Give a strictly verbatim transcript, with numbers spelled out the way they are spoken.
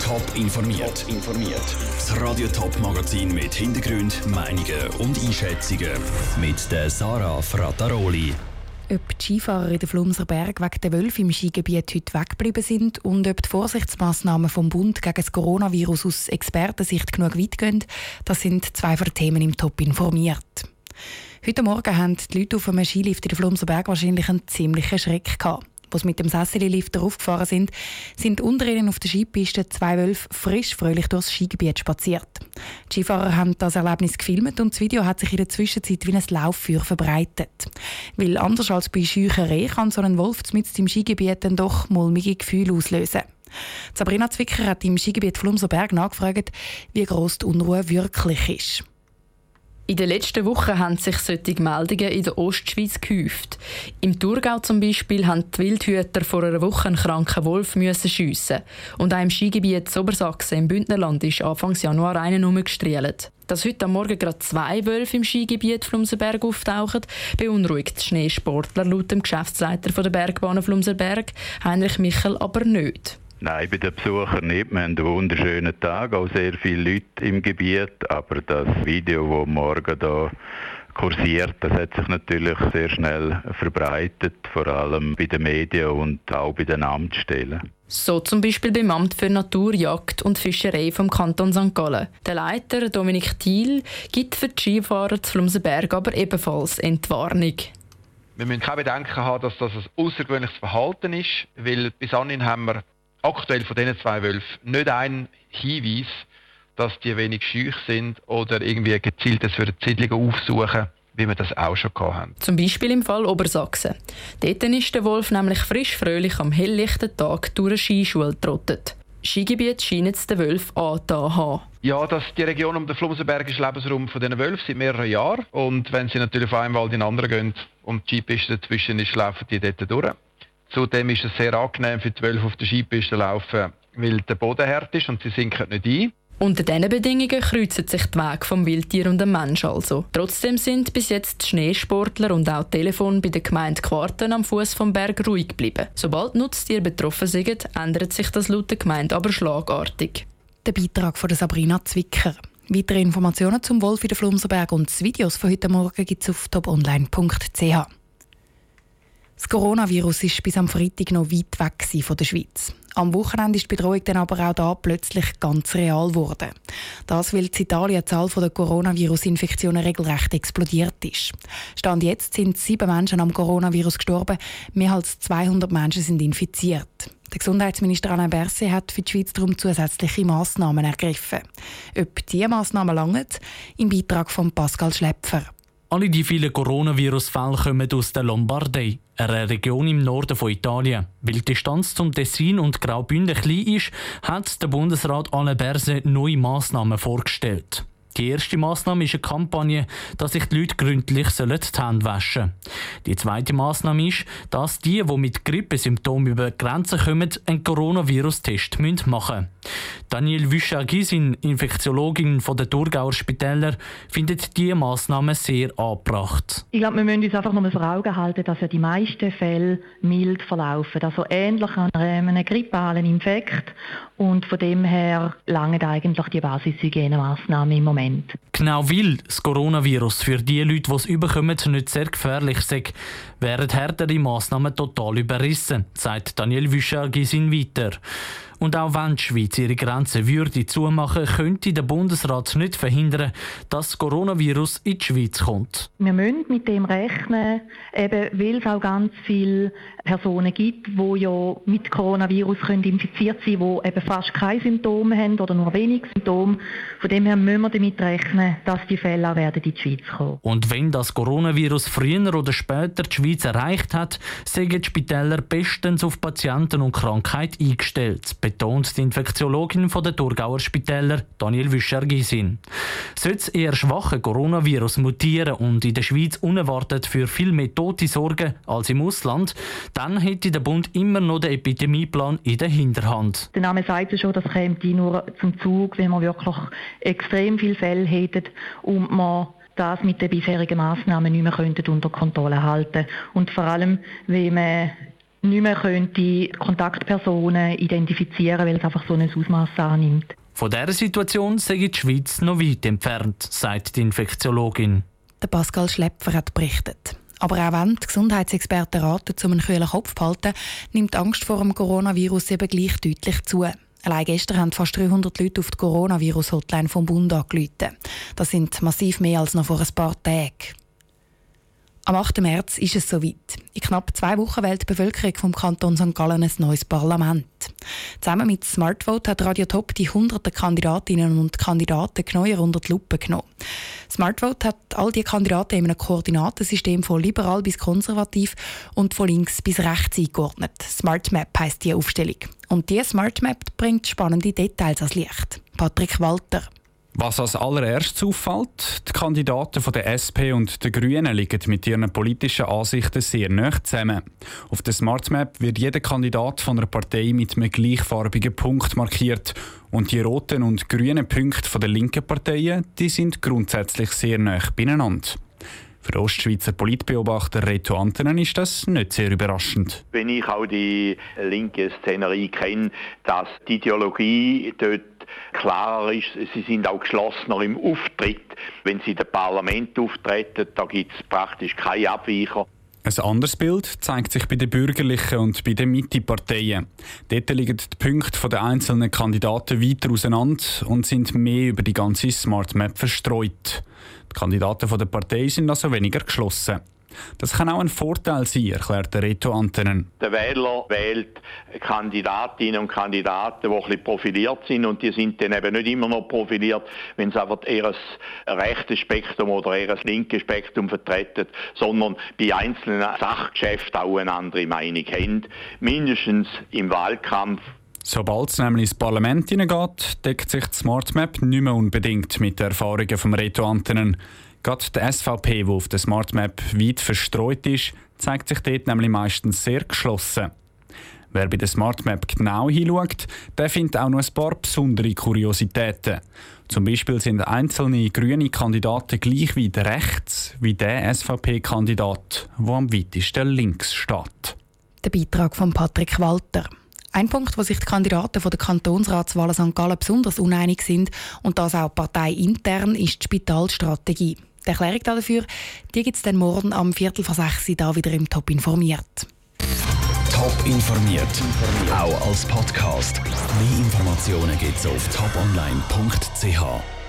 Top informiert. informiert. Das Radio Top Magazin mit Hintergrund, Meinungen und Einschätzungen mit der Sarah Frataroli. Ob die Skifahrer in den Flumser Berg wegen der Wölfe im Skigebiet heute weggeblieben sind und ob die Vorsichtsmaßnahmen vom Bund gegen das Coronavirus aus Expertensicht genug weit gehen, das sind zwei von den Themen im Top informiert. Heute Morgen haben die Leute auf einem Skilift in den Flumser Berg wahrscheinlich einen ziemlichen Schreck gehabt. Als sie mit dem Sessellift aufgefahren sind, sind unter ihnen auf der Skipiste zwei Wölfe frisch fröhlich durchs Skigebiet spaziert. Die Skifahrer haben das Erlebnis gefilmt und das Video hat sich in der Zwischenzeit wie ein Lauffeuer verbreitet. Weil anders als bei scheuchen Rehen kann so ein Wolf mitten im Skigebiet dann doch mulmige Gefühle auslösen. Sabrina Zwicker hat im Skigebiet Flumser Berg nachgefragt, wie gross die Unruhe wirklich ist. In den letzten Wochen haben sich solche Meldungen in der Ostschweiz gehäuft. Im Thurgau zum Beispiel haben die Wildhüter vor einer Woche einen kranken Wolf schiessen. Und auch im Skigebiet Obersachsen im Bündnerland ist Anfang Januar einer herumgestrielt. Dass heute am Morgen gerade zwei Wölfe im Skigebiet Flumserberg auftauchen, beunruhigt die Schneesportler laut dem Geschäftsleiter der Bergbahnen Flumserberg, Heinrich Michel, aber nicht. Nein, bei den Besuchern nicht. Wir haben einen wunderschönen Tag, auch sehr viele Leute im Gebiet. Aber das Video, das morgen hier kursiert, das hat sich natürlich sehr schnell verbreitet, vor allem bei den Medien und auch bei den Amtsstellen. So zum Beispiel beim Amt für Natur, Jagd und Fischerei vom Kanton Sankt Gallen. Der Leiter Dominik Thiel gibt für die Skifahrer zu Flumserberg aber ebenfalls Entwarnung. Wir müssen keine Bedenken haben, dass das ein außergewöhnliches Verhalten ist, weil bis anhin haben wir aktuell von diesen zwei Wölfen nicht einen Hinweis, dass die wenig schüch sind oder irgendwie gezieltes für die Siedlungen aufsuchen, wie wir das auch schon hatten. Zum Beispiel im Fall Obersachsen. Dort ist der Wolf nämlich frisch fröhlich am helllichten Tag durch eine Skischule getrottet. Skigebiet scheinen es den Wölfen angetan haben. Ja, das, die Region um den Flumserberg ist Lebensraum von diesen Wölfen seit mehreren Jahren. Und wenn sie natürlich von einem Wald in den anderen gehen und die Skipiste dazwischen ist, laufen die dort durch. Zudem ist es sehr angenehm für die Wölfe auf der Skipiste laufen, weil der Boden hart ist und sie sinken nicht ein. Unter diesen Bedingungen kreuzen sich die Wege vom Wildtier und dem Mensch also. Trotzdem sind bis jetzt die Schneesportler und auch die Telefone bei der Gemeinde Quarten am Fuß vom Berg ruhig geblieben. Sobald Nutztiere betroffen sind, ändert sich das laut der Gemeinde aber schlagartig. Der Beitrag von Sabrina Zwicker. Weitere Informationen zum Wolf in der Flumserberg und die Videos von heute Morgen gibt es auf toponline punkt c h. Das Coronavirus war bis am Freitag noch weit weg von der Schweiz. Am Wochenende ist die Bedrohung dann aber auch da plötzlich ganz real geworden. Das, weil in Italien die Zahl der Coronavirus-Infektionen regelrecht explodiert ist. Stand jetzt sind sieben Menschen am Coronavirus gestorben, mehr als zweihundert Menschen sind infiziert. Der Gesundheitsminister Alain Berset hat für die Schweiz darum zusätzliche Massnahmen ergriffen. Ob diese Massnahmen langen? Im Beitrag von Pascal Schläpfer. Alle die vielen Coronavirus-Fälle kommen aus der Lombardei, einer Region im Norden von Italien. Weil die Distanz zum Tessin und Graubünden klein ist, hat der Bundesrat Alain Berset neue Massnahmen vorgestellt. Die erste Massnahme ist eine Kampagne, dass sich die Leute gründlich die Hände waschen sollen. Die zweite Massnahme ist, dass die, die mit Grippesymptomen über die Grenze kommen, einen Coronavirus-Test machen müssen. Danielle Wüscher-Gisin, Infektiologin von den Thurgauer Spitälern, findet diese Massnahmen sehr angebracht. Ich glaube, wir müssen uns einfach noch vor Augen halten, dass ja die meisten Fälle mild verlaufen. Also ähnlich an einem grippalen Infekt. Und von dem her langen eigentlich die Basishygienemaßnahmen im Moment. Genau weil das Coronavirus für die Leute, die es überkommen, nicht sehr gefährlich ist, wären härtere Massnahmen total überrissen, sagt Danielle Wüscher-Gisin weiter. Und auch wenn die Schweiz ihre Grenzen würde zumachen, könnte der Bundesrat nicht verhindern, dass das Coronavirus in die Schweiz kommt. Wir müssen mit dem rechnen, eben weil es auch ganz viele Personen gibt, die ja mit Coronavirus können infiziert sein können, die eben fast keine Symptome haben oder nur wenig Symptome. Von dem her müssen wir damit rechnen, dass die Fälle auch werden in die Schweiz kommen. Und wenn das Coronavirus früher oder später die Schweiz erreicht hat, sind die Spitäler bestens auf Patienten und Krankheit eingestellt, betont die Infektiologin von den Thurgauer Spitälern, Danielle Wüscher-Gisin. Sollte das eher schwache Coronavirus mutieren und in der Schweiz unerwartet für viel mehr Tote sorgen als im Ausland, dann hätte der Bund immer noch den Epidemieplan in der Hinterhand. Der Name sagt ja schon, das käme nur zum Zug, wenn wir wirklich extrem viele Fälle hätten und man das mit den bisherigen Massnahmen nicht mehr unter Kontrolle halten. Und vor allem, wenn man nicht mehr könnte Kontaktpersonen identifizieren, weil es einfach so ein Ausmaß annimmt. Von dieser Situation sei die Schweiz noch weit entfernt, sagt die Infektiologin. Der Pascal Schläpfer hat berichtet. Aber auch wenn die Gesundheitsexperten raten, um einen kühlen Kopf zu halten, nimmt die Angst vor dem Coronavirus eben gleich deutlich zu. Allein gestern haben fast dreihundert Leute auf die Coronavirus-Hotline vom Bund angerufen. Das sind massiv mehr als noch vor ein paar Tagen. Am achten März ist es soweit. In knapp zwei Wochen wählt die Bevölkerung vom Kanton Sankt Gallen ein neues Parlament. Zusammen mit Smartvote hat Radio Top die hunderten Kandidatinnen und Kandidaten genauer unter die Lupe genommen. Smartvote hat all die Kandidaten in einem Koordinatensystem von liberal bis konservativ und von links bis rechts eingeordnet. SmartMap heisst die Aufstellung. Und diese SmartMap bringt spannende Details ans Licht. Patrick Walter. Was als allererstes auffällt, die Kandidaten von der S P und der Grünen liegen mit ihren politischen Ansichten sehr nahe zusammen. Auf der SmartMap wird jeder Kandidat von einer Partei mit einem gleichfarbigen Punkt markiert. Und die roten und grünen Punkte von der linken Parteien, die sind grundsätzlich sehr nahe beieinander. Für den Ostschweizer Politbeobachter Reto Anttinen ist das nicht sehr überraschend. Wenn ich auch die linke Szenerie kenne, dass die Ideologie dort klarer ist, sie sind auch geschlossener im Auftritt. Wenn sie in dem Parlament auftreten, da gibt es praktisch keine Abweicher. Ein anderes Bild zeigt sich bei den bürgerlichen und bei den Mitte-Parteien. Dort liegen die Punkte der einzelnen Kandidaten weiter auseinander und sind mehr über die ganze SmartMap verstreut. Die Kandidaten der Partei sind also weniger geschlossen. Das kann auch ein Vorteil sein, erklärt Reto Anttinen. Der Wähler wählt Kandidatinnen und Kandidaten, die ein bisschen profiliert sind, und die sind dann eben nicht immer noch profiliert, wenn sie einfach eher ein rechtes Spektrum oder eher ein linkes Spektrum vertreten, sondern bei einzelnen Sachgeschäften auch eine andere Meinung haben, mindestens im Wahlkampf. Sobald es nämlich ins Parlament hineingeht, deckt sich die SmartMap nicht mehr unbedingt mit den Erfahrungen von Reto Anttinen. Gerade die S V P, die auf der SmartMap weit verstreut ist, zeigt sich dort nämlich meistens sehr geschlossen. Wer bei der SmartMap genau hinschaut, der findet auch noch ein paar besondere Kuriositäten. Zum Beispiel sind einzelne grüne Kandidaten gleich weit rechts wie der S V P-Kandidat, der am weitesten links steht. Der Beitrag von Patrick Walter. Ein Punkt, wo sich die Kandidaten von der Kantonsratswahl Sankt Gallen besonders uneinig sind, und das auch parteiintern, ist die Spitalstrategie. Die Erklärung dafür gibt es dann morgen am Viertel vor sechs da wieder im Top informiert. Top informiert, auch als Podcast. Mehr Informationen gibt es auf top online punkt c h.